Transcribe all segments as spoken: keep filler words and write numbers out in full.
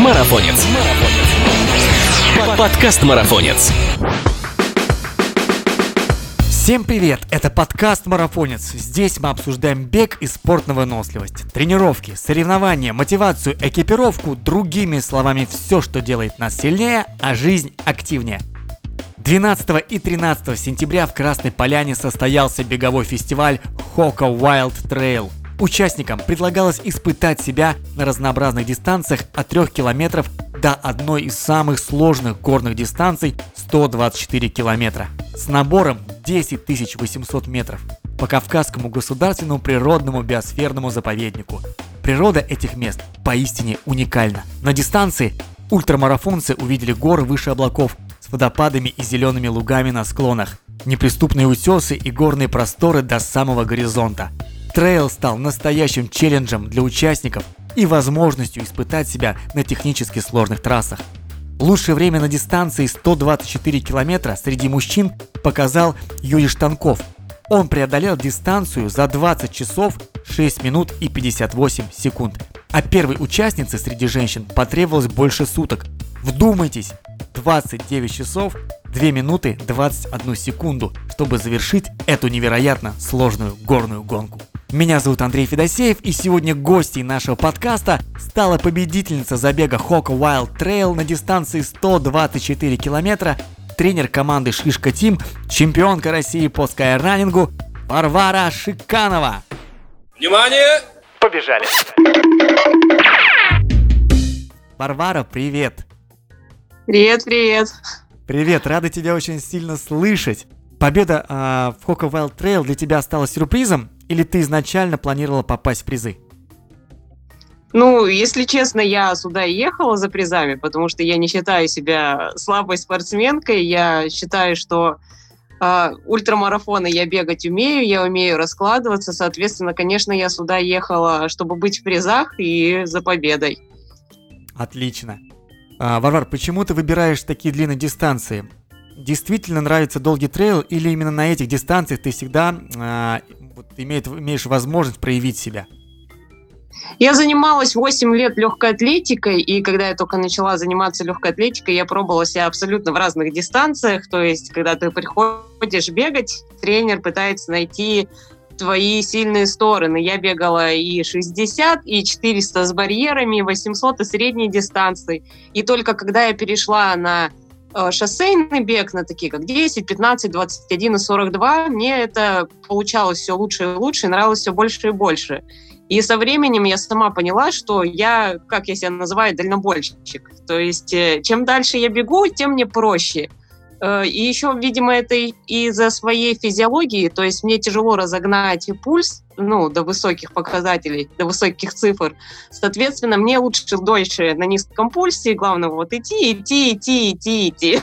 Марафонец. Подкаст Марафонец. Всем привет! Это подкаст «Марафонец». Здесь мы обсуждаем бег и спорт на выносливость, тренировки, соревнования, мотивацию, экипировку, другими словами, все, что делает нас сильнее, а жизнь активнее. двенадцатого и тринадцатого сентября в Красной Поляне состоялся беговой фестиваль Hoka Wild Trail. Участникам предлагалось испытать себя на разнообразных дистанциях от трёх километров до одной из самых сложных горных дистанций сто двадцать четыре километра с набором десять тысяч восемьсот метров по Кавказскому государственному природному биосферному заповеднику. Природа этих мест поистине уникальна. На дистанции ультрамарафонцы увидели горы выше облаков с водопадами и зелеными лугами на склонах, неприступные утесы и горные просторы до самого горизонта. Трейл стал настоящим челленджем для участников и возможностью испытать себя на технически сложных трассах. Лучшее время на дистанции сто двадцать четыре километра среди мужчин показал Юрий Штанков. Он преодолел дистанцию за двадцать часов шесть минут и пятьдесят восемь секунд. А первой участнице среди женщин потребовалось больше суток. Вдумайтесь, двадцать девять часов две минуты двадцать одну секунду, чтобы завершить эту невероятно сложную горную гонку. Меня зовут Андрей Федосеев, и сегодня гостьей нашего подкаста стала победительница забега Hoka Wild Trail на дистанции сто двадцать четыре километра, тренер команды Шишка Тим, чемпионка России по скайранингу Варвара Шиканова. Внимание! Побежали! Варвара, привет! Привет, привет! Привет, рада тебя очень сильно слышать. Победа э, в Hoka Wild Trail для тебя стала сюрпризом, или ты изначально планировала попасть в призы? Ну, если честно, я сюда ехала за призами, потому что я не считаю себя слабой спортсменкой. Я считаю, что э, ультрамарафоны я бегать умею, я умею раскладываться. Соответственно, конечно, я сюда ехала, чтобы быть в призах и за победой. Отлично. А, Варвар, почему ты выбираешь такие длинные дистанции? Действительно нравится долгий трейл, или именно на этих дистанциях ты всегда э, вот, имеет, имеешь возможность проявить себя? Я занималась восемь лет легкой атлетикой, и когда я только начала заниматься легкой атлетикой, я пробовала себя абсолютно в разных дистанциях. То есть, когда ты приходишь бегать, тренер пытается найти твои сильные стороны. Я бегала и шестьдесят, и четыреста с барьерами, и восемьсот, и средней дистанции. И только когда я перешла на шоссейный бег, на такие как десять, пятнадцать, двадцать один и сорок два, мне это получалось все лучше и лучше, и нравилось все больше и больше. И со временем я сама поняла, что я, как я себя называю, дальнобойщик. То есть чем дальше я бегу, тем мне проще. И еще, видимо, это из-за своей физиологии, то есть мне тяжело разогнать пульс, ну, до высоких показателей, до высоких цифр. Соответственно, мне лучше дольше на низком пульсе, главное вот идти, идти, идти, идти, идти.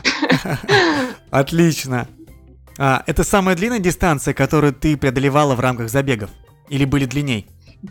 Отлично. А, это самая длинная дистанция, которую ты преодолевала в рамках забегов? Или были длинней?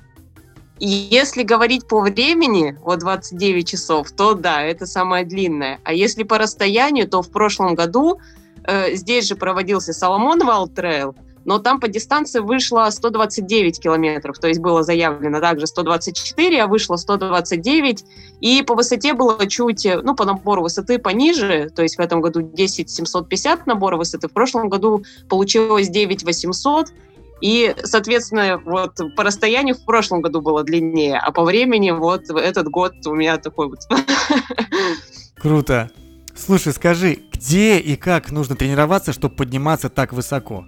Если говорить по времени, вот двадцать девять часов, то да, это самое длинное. А если по расстоянию, то в прошлом году э, здесь же проводился Соломон Wild Trail, но там по дистанции вышло сто двадцать девять километров, то есть было заявлено также сто двадцать четыре, а вышло сто двадцать девять, и по высоте было чуть, ну, по набору высоты пониже, то есть в этом году десять семьсот пятьдесят набора высоты, в прошлом году получилось девять восемьсот, и, соответственно, вот по расстоянию в прошлом году было длиннее, а по времени вот этот год у меня такой вот. Круто. Слушай, скажи, где и как нужно тренироваться, чтобы подниматься так высоко?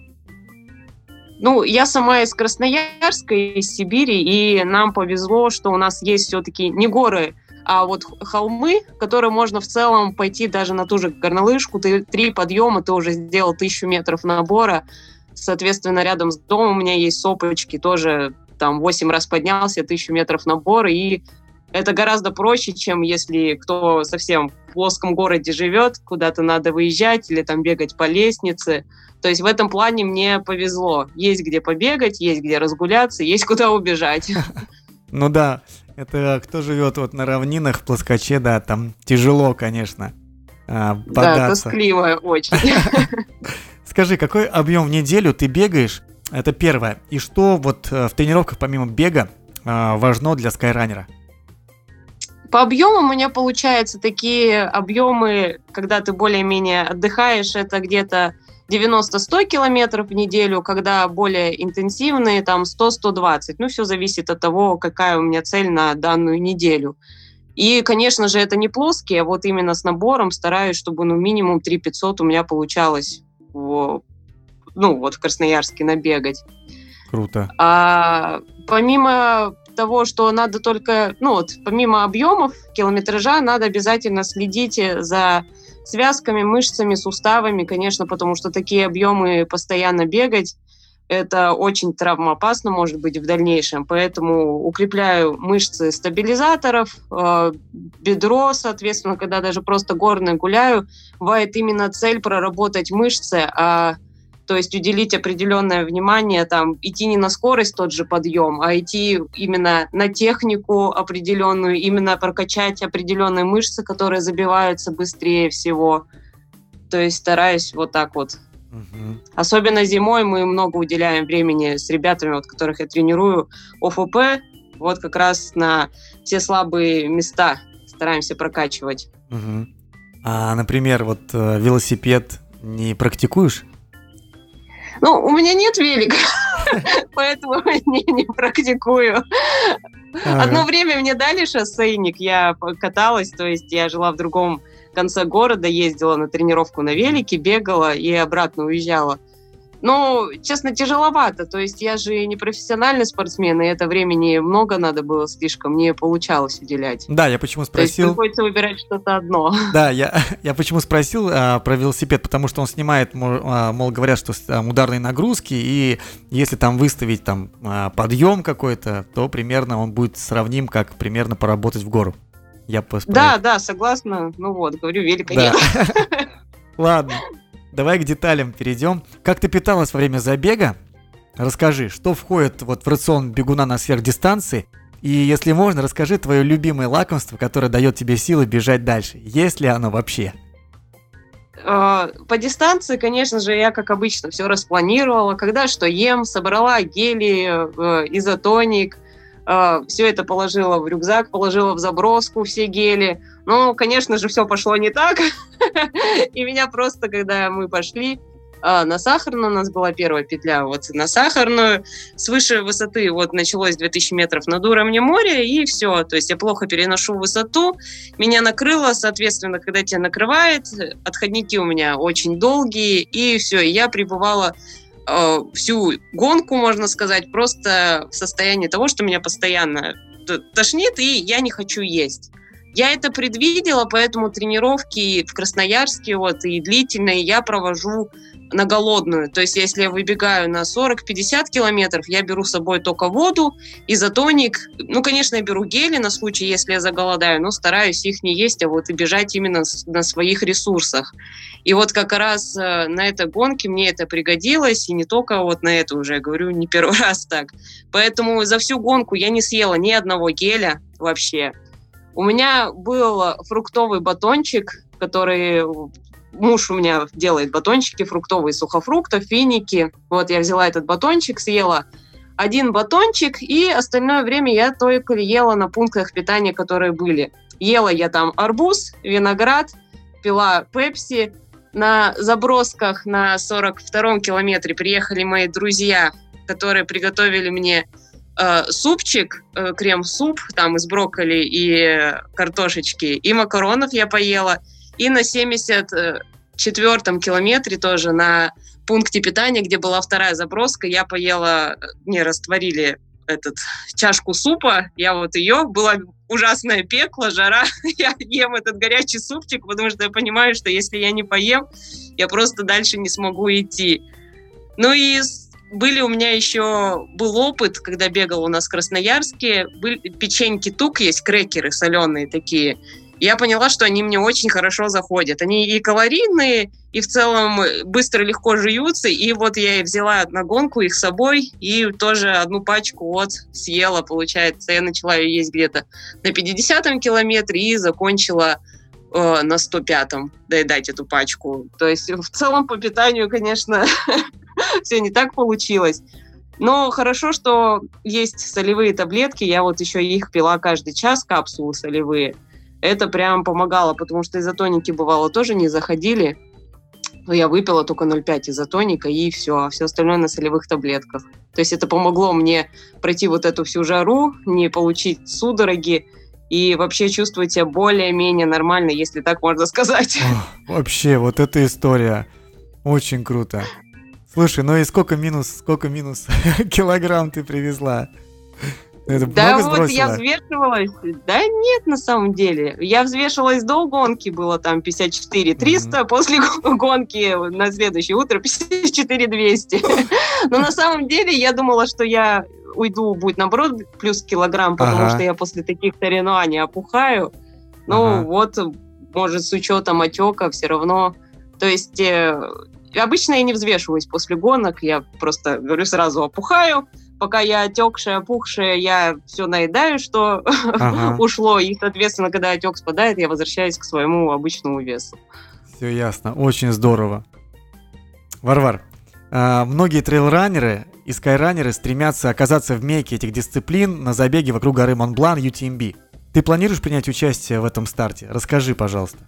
Ну, я сама из Красноярска, из Сибири, и нам повезло, что у нас есть все-таки не горы, а вот холмы, которые можно в целом пойти даже на ту же горнолыжку, ты три подъема, ты уже сделал тысячу метров набора. Соответственно, рядом с домом у меня есть сопочки, тоже там восемь раз поднялся, тысячу метров набора, и это гораздо проще, чем если кто совсем в плоском городе живет, куда-то надо выезжать или там бегать по лестнице. То есть в этом плане мне повезло. Есть где побегать, есть где разгуляться, есть куда убежать. Ну да, это кто живет вот на равнинах, в плоскоче, да, там тяжело, конечно, податься. Да, тоскливо очень. Скажи, какой объем в неделю ты бегаешь? Это первое. И что вот в тренировках помимо бега важно для скайранера? По объемам у меня получается такие объемы, когда ты более-менее отдыхаешь, это где-то девяносто-сто километров в неделю, когда более интенсивные, там сто-сто двадцать. Ну, все зависит от того, какая у меня цель на данную неделю. И, конечно же, это не плоские, а вот именно с набором стараюсь, чтобы ну, минимум три тысячи пятьсот у меня получалось в, ну, вот в Красноярске набегать. Круто. А помимо того, что надо только, ну вот, помимо объемов, километража, надо обязательно следить за связками, мышцами, суставами, конечно, потому что такие объемы постоянно бегать, это очень травмоопасно может быть в дальнейшем. Поэтому укрепляю мышцы стабилизаторов, э, бедро, соответственно, когда даже просто горно гуляю, бывает именно цель проработать мышцы, а то есть уделить определенное внимание, там, идти не на скорость тот же подъем, а идти именно на технику определенную, именно прокачать определенные мышцы, которые забиваются быстрее всего. То есть стараюсь вот так вот. Угу. Особенно зимой мы много уделяем времени с ребятами, вот, которых я тренирую, ОФП, вот как раз на все слабые места стараемся прокачивать. Угу. А, например, вот э, велосипед не практикуешь? Ну, у меня нет велика, поэтому не, не практикую. Ага. Одно время мне дали шоссейник, я каталась, то есть я жила в другом конце города, ездила на тренировку на велике, бегала и обратно уезжала. Но, честно, тяжеловато, то есть я же не профессиональный спортсмен, и это времени много надо было слишком, не получалось уделять. Да, я почему спросил... То есть приходится выбирать что-то одно. Да, я, я почему спросил а, про велосипед, потому что он снимает, мол, мол говорят, что там ударные нагрузки, и если там выставить там подъем какой-то, то примерно он будет сравним, как примерно поработать в гору. Я поспорю. Да, да, согласна. Ну вот, говорю, велика нет. Ладно. Давай к деталям перейдем. Как ты питалась во время забега? Расскажи, что входит вот в рацион бегуна на сверхдистанции? И если можно, расскажи твое любимое лакомство, которое дает тебе силы бежать дальше. Есть ли оно вообще? По дистанции, конечно же, я, как обычно, все распланировала. Когда что ем, собрала гели, изотоник. Все это положила в рюкзак, положила в заброску, все гели. Ну, конечно же, все пошло не так. И меня просто, когда мы пошли на Сахарную, у нас была первая петля, вот на Сахарную, с высшей высоты, вот началось две тысячи метров над уровнем моря, и все. То есть я плохо переношу высоту, меня накрыло, соответственно, когда тебя накрывает, отходники у меня очень долгие, и все, я пребывала всю гонку, можно сказать, просто в состоянии того, что меня постоянно тошнит, и я не хочу есть. Я это предвидела, поэтому тренировки в Красноярске вот, и длительные я провожу на голодную. То есть если я выбегаю на сорок-пятьдесят километров, я беру с собой только воду, изотоник. Ну, конечно, я беру гели на случай, если я заголодаю, но стараюсь их не есть, а вот и бежать именно на своих ресурсах. И вот как раз на этой гонке мне это пригодилось, и не только вот на это уже, говорю, не первый раз так. Поэтому за всю гонку я не съела ни одного геля вообще. У меня был фруктовый батончик, который... Муж у меня делает батончики фруктовые, сухофруктов, финики. Вот я взяла этот батончик, съела один батончик, и остальное время я только ела на пунктах питания, которые были. Ела я там арбуз, виноград, пила пепси. На забросках на сорок втором километре приехали мои друзья, которые приготовили мне э, супчик, э, крем-суп там из брокколи и картошечки, и макаронов я поела. И на семьдесят четвёртом километре тоже на пункте питания, где была вторая заброска, я поела, мне растворили этот, чашку супа, я вот ее, была ужасное пекло, жара, я ем этот горячий супчик, потому что я понимаю, что если я не поем, я просто дальше не смогу идти. Ну и были у меня еще, был опыт, когда бегал у нас в Красноярске, были печеньки тук, есть крекеры соленые такие. Я поняла, что они мне очень хорошо заходят. Они и калорийные, и в целом быстро, легко жуются. И вот я и взяла на гонку их с собой, и тоже одну пачку вот съела, получается. Я начала ее есть где-то на пятидесятом километре и закончила э, на сто пятом доедать эту пачку. То есть в целом по питанию, конечно, все не так получилось. Но хорошо, что есть солевые таблетки. Я вот еще их пила каждый час, капсулы солевые. Это прям помогало, потому что изотоники, бывало, тоже не заходили. Но я выпила только ноль целых пять десятых изотоника, и все. А все остальное на солевых таблетках. То есть это помогло мне пройти вот эту всю жару, не получить судороги и вообще чувствовать себя более-менее нормально, если так можно сказать. О, вообще, вот эта история. Очень круто. Слушай, ну и сколько минус, сколько минус килограмм ты привезла? Это да много вот сбросила? я взвешивалась. Да нет, на самом деле. Я взвешивалась до гонки, было там пятьдесят четыре триста, mm-hmm. после гонки на следующее утро пятьдесят четыре двести. Но на самом деле я думала, что я уйду, будет наоборот плюс килограмм, потому ага. что я после таких соревнований опухаю. Ну ага. вот, может, с учетом отека все равно. То есть э, обычно я не взвешиваюсь после гонок, я просто, говорю, сразу опухаю. Пока я отекшая, опухшая, я все наедаю, что ага. ушло. И, соответственно, когда отек спадает, я возвращаюсь к своему обычному весу. Все ясно. Очень здорово. Варвар, а, многие трейлранеры и скайранеры стремятся оказаться в мекке этих дисциплин на забеге вокруг горы Монблан ю ти эм би. Ты планируешь принять участие в этом старте? Расскажи, пожалуйста.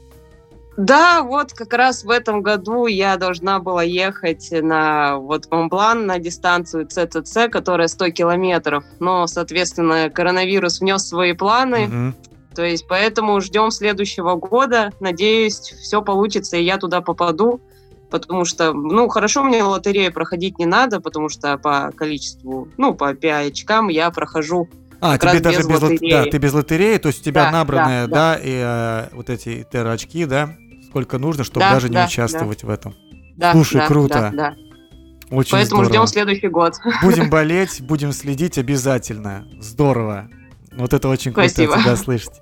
Да, вот как раз в этом году я должна была ехать на вот Монблан, на дистанцию си ти си, которая сто километров. Но, соответственно, коронавирус внес свои планы. Угу. То есть поэтому ждем следующего года. Надеюсь, все получится, и я туда попаду. Потому что, ну, хорошо, мне лотерею проходить не надо, потому что по количеству, ну, по пять очкам я прохожу. А, тебе даже без, без лотереи. Да, ты без лотереи, то есть у тебя да, набранные, да, да, да. и э, вот эти тера-очки, да, сколько нужно, чтобы да, даже да, не участвовать да. в этом. Да, Слушай, да, круто. Да, да. Очень Поэтому здорово. Ждем следующий год. Будем болеть, будем следить обязательно. Здорово. Вот это очень Спасибо. круто от тебя слышать.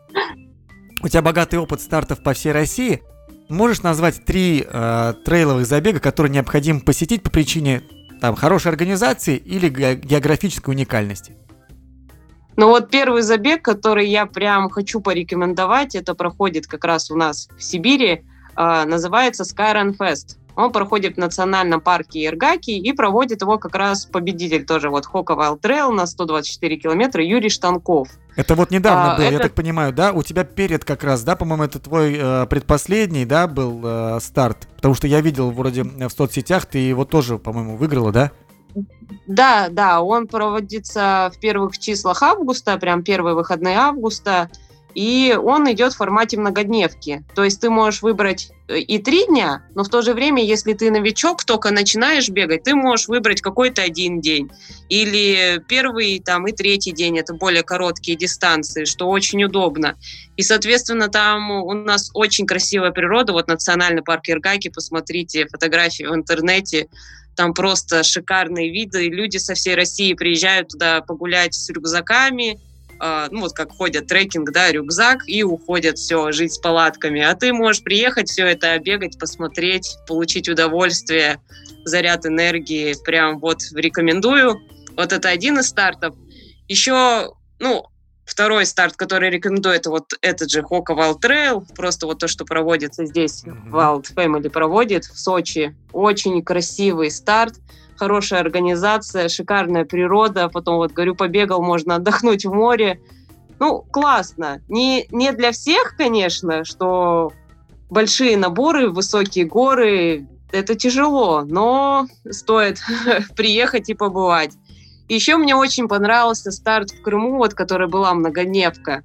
У тебя богатый опыт стартов по всей России. Можешь назвать три э, трейловых забега, которые необходимо посетить по причине там, хорошей организации или ге- географической уникальности? Ну вот первый забег, который я прям хочу порекомендовать, это проходит как раз у нас в Сибири, э, называется Skyrun Fest. Он проходит в национальном парке Иргаки и проводит его как раз победитель тоже вот Hoka Wild Trail на сто двадцать четыре километра Юрий Штанков. Это вот недавно а, был, это... я так понимаю, да? У тебя перед как раз, да, по-моему, это твой э, предпоследний, да, был э, старт? Потому что я видел вроде в соцсетях, ты его тоже, по-моему, выиграла, да? Да, да, он проводится в первых числах августа, прям первые выходные августа, и он идет в формате многодневки. То есть ты можешь выбрать и три дня, но в то же время, если ты новичок, только начинаешь бегать, ты можешь выбрать какой-то один день. Или первый там, и третий день, это более короткие дистанции, что очень удобно. И, соответственно, там у нас очень красивая природа. Вот национальный парк Иргаки, посмотрите фотографии в интернете. Там просто шикарные виды. Люди со всей России приезжают туда погулять с рюкзаками. Ну вот как ходят, трекинг, да, рюкзак, и уходят, все, жить с палатками. А ты можешь приехать, все это обегать, посмотреть, получить удовольствие, заряд энергии. Прям вот рекомендую. Вот это один из стартов. Еще, ну, второй старт, который рекомендую, это вот этот же Hoka Wild Trail. Просто вот то, что проводится здесь, mm-hmm. Wild Family проводит в Сочи. Очень красивый старт. Хорошая организация, шикарная природа. Потом, вот, говорю, побегал, можно отдохнуть в море. Ну, классно. Не, не для всех, конечно, что большие наборы, высокие горы, это тяжело, но стоит приехать и побывать. Еще мне очень понравился старт в Крыму, вот, который была многодневка.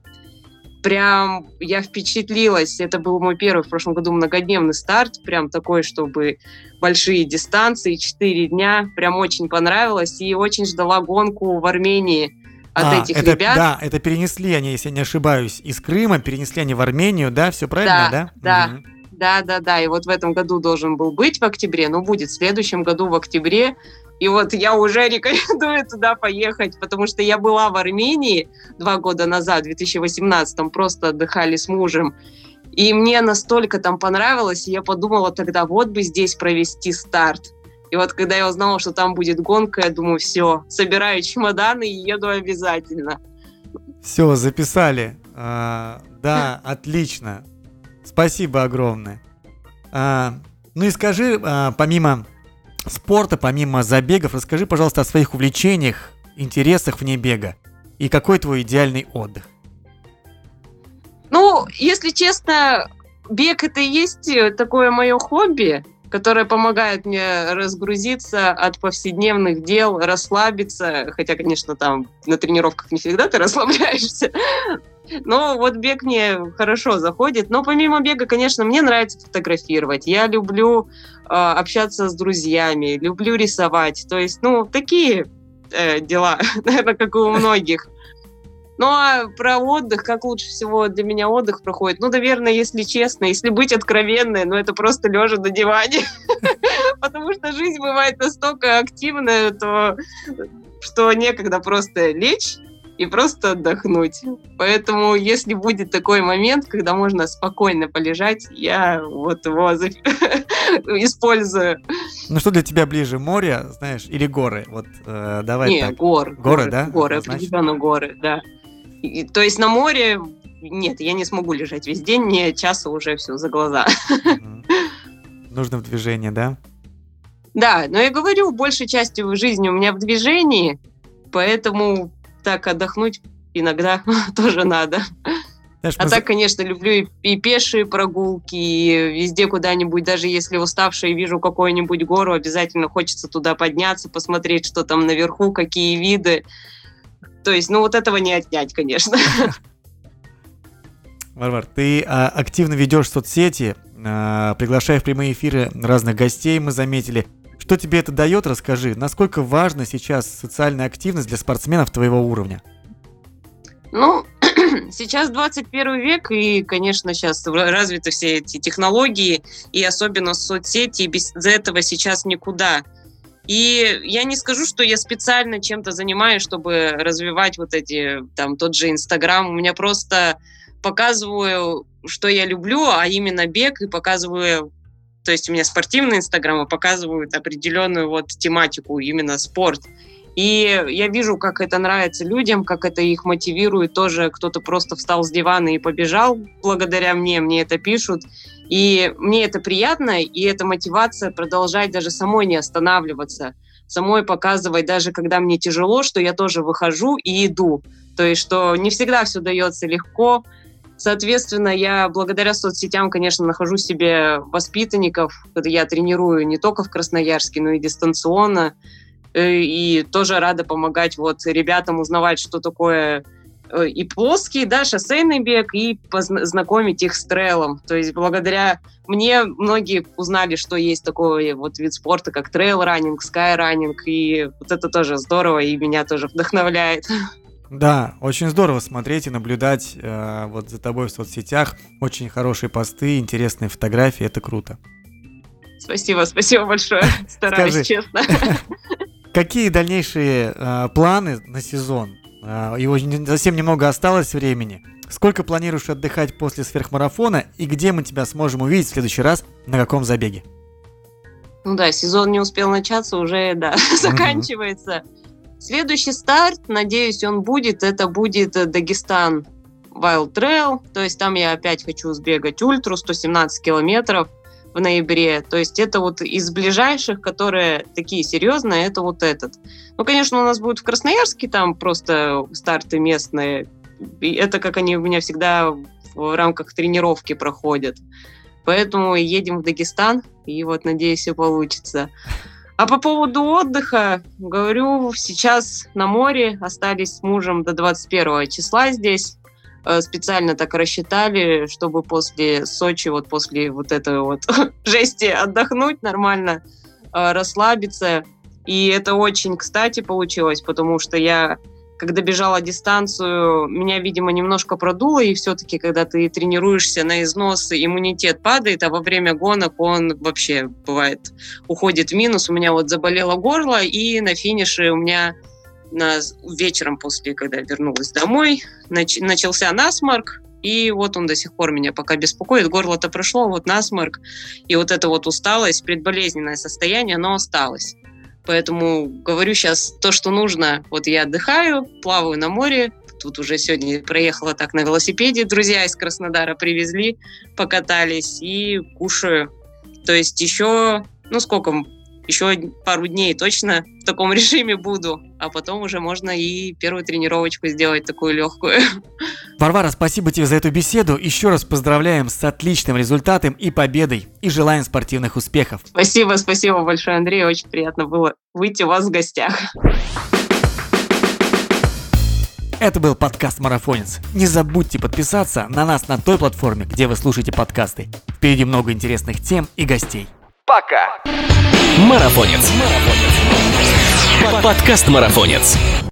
Прям я впечатлилась. Это был мой первый в прошлом году многодневный старт. Прям такой, чтобы большие дистанции, четыре дня. Прям очень понравилось. И очень ждала гонку в Армении от а, этих это, ребят. Да, это перенесли они, если я не ошибаюсь, из Крыма, перенесли они в Армению, да? Все правильно, да? Да, да. Угу. Да, да, да. И вот в этом году должен был быть в октябре, но будет в следующем году в октябре. И вот я уже рекомендую туда поехать, потому что я была в Армении два года назад, в две тысячи восемнадцатом, просто отдыхали с мужем. И мне настолько там понравилось, и я подумала тогда, вот бы здесь провести старт. И вот когда я узнала, что там будет гонка, я думаю, все, собираю чемоданы и еду обязательно. Все, записали. А, да, отлично. Спасибо огромное. А, ну и скажи, а, помимо спорта, помимо забегов, расскажи, пожалуйста, о своих увлечениях, интересах вне бега. И какой твой идеальный отдых? Ну, если честно, бег это и есть такое мое хобби, которое помогает мне разгрузиться от повседневных дел, расслабиться. Хотя, конечно, там на тренировках не всегда ты расслабляешься. Но вот бег мне хорошо заходит. Но помимо бега, конечно, мне нравится фотографировать. Я люблю э, общаться с друзьями, люблю рисовать. То есть, ну, такие э, дела, наверное, как и у многих. Ну, а про отдых, как лучше всего для меня отдых проходит? Ну, наверное, если честно, если быть откровенной, ну, это просто лежа на диване. Потому что жизнь бывает настолько активная, то, что некогда просто лечь и просто отдохнуть. Поэтому, если будет такой момент, когда можно спокойно полежать, я вот его использую. Ну, что для тебя ближе, море, знаешь, или горы? Вот э, давай Не, так. Гор, Горы, горы, да? Горы, Значит... определенно горы, да. И, то есть на море нет, я не смогу лежать весь день, мне часа уже все за глаза. Угу. Нужно в движении, да? Да, но я говорю, большей частью жизни у меня в движении, поэтому так отдохнуть иногда тоже надо. Знаешь, а мы... так, конечно, люблю и, и пешие прогулки, и везде куда-нибудь, даже если уставшая вижу какую-нибудь гору, обязательно хочется туда подняться, посмотреть, что там наверху, какие виды. То есть, ну вот этого не отнять, конечно. Варвар, ты а, активно ведешь соцсети, а, приглашаешь в прямые эфиры разных гостей, мы заметили. Что тебе это дает, расскажи. Насколько важна сейчас социальная активность для спортсменов твоего уровня? Ну, сейчас двадцать первый век, и, конечно, сейчас развиты все эти технологии, и особенно соцсети, и без этого сейчас никуда. И я не скажу, что я специально чем-то занимаюсь, чтобы развивать вот эти, там, тот же Инстаграм. У меня просто показываю, что я люблю, а именно бег, и показываю, то есть у меня спортивный Инстаграм, и показывают определенную вот тематику, именно спорт. И я вижу, как это нравится людям, как это их мотивирует тоже. Кто-то просто встал с дивана и побежал благодаря мне, мне это пишут. И мне это приятно, и это мотивация продолжать даже самой не останавливаться, самой показывать, даже когда мне тяжело, что я тоже выхожу и иду. То есть, что не всегда все дается легко. Соответственно, я благодаря соцсетям, конечно, нахожу себе воспитанников. Я тренирую не только в Красноярске, но и дистанционно. И тоже рада помогать вот ребятам узнавать, что такое и плоский, да, шоссейный бег, и познакомить их с трейлом. То есть благодаря мне многие узнали, что есть такой вот вид спорта, как трейл-раннинг, скай-раннинг, и вот это тоже здорово, и меня тоже вдохновляет. Да, очень здорово смотреть и наблюдать э, вот за тобой в соцсетях. Очень хорошие посты, интересные фотографии, это круто. Спасибо, спасибо большое. Стараюсь, Скажи, честно. Какие дальнейшие э, планы на сезон? Э, его совсем немного осталось времени. Сколько планируешь отдыхать после сверхмарафона и где мы тебя сможем увидеть в следующий раз, на каком забеге? Ну да, сезон не успел начаться, уже, да, заканчивается. Следующий старт, надеюсь, он будет, это будет Дагестан Wild Trail, то есть там я опять хочу сбегать ультру, сто семнадцать километров в ноябре, то есть это вот из ближайших, которые такие серьезные, это вот этот. Ну, конечно, у нас будет в Красноярске там просто старты местные, и это как они у меня всегда в рамках тренировки проходят, поэтому едем в Дагестан, и вот, надеюсь, все получится. А по поводу отдыха, говорю, сейчас на море, остались с мужем до двадцать первого числа здесь. Специально так рассчитали, чтобы после Сочи, вот после вот этой вот жести отдохнуть нормально, расслабиться. И это очень кстати получилось, потому что я, когда бежала дистанцию, меня, видимо, немножко продуло, и все-таки, когда ты тренируешься на износ, иммунитет падает, а во время гонок он вообще, бывает, уходит в минус. У меня вот заболело горло, и на финише у меня на, вечером после, когда я вернулась домой, нач, начался насморк, и вот он до сих пор меня пока беспокоит. Горло-то прошло, вот насморк, и вот эта вот усталость, предболезненное состояние, оно осталось. Поэтому говорю сейчас то, что нужно. Вот я отдыхаю, плаваю на море. Тут уже сегодня проехала так на велосипеде. Друзья из Краснодара привезли, покатались и кушаю. То есть еще, ну сколько, еще пару дней точно в таком режиме буду, а потом уже можно и первую тренировочку сделать такую легкую. Варвара, спасибо тебе за эту беседу. Еще раз поздравляем с отличным результатом и победой, и желаем спортивных успехов. Спасибо, спасибо большое, Андрей. Очень приятно было выйти у вас в гостях. Это был подкаст «Марафонец». Не забудьте подписаться на нас на той платформе, где вы слушаете подкасты. Впереди много интересных тем и гостей. Пока! Марафонец. Подкаст «Марафонец».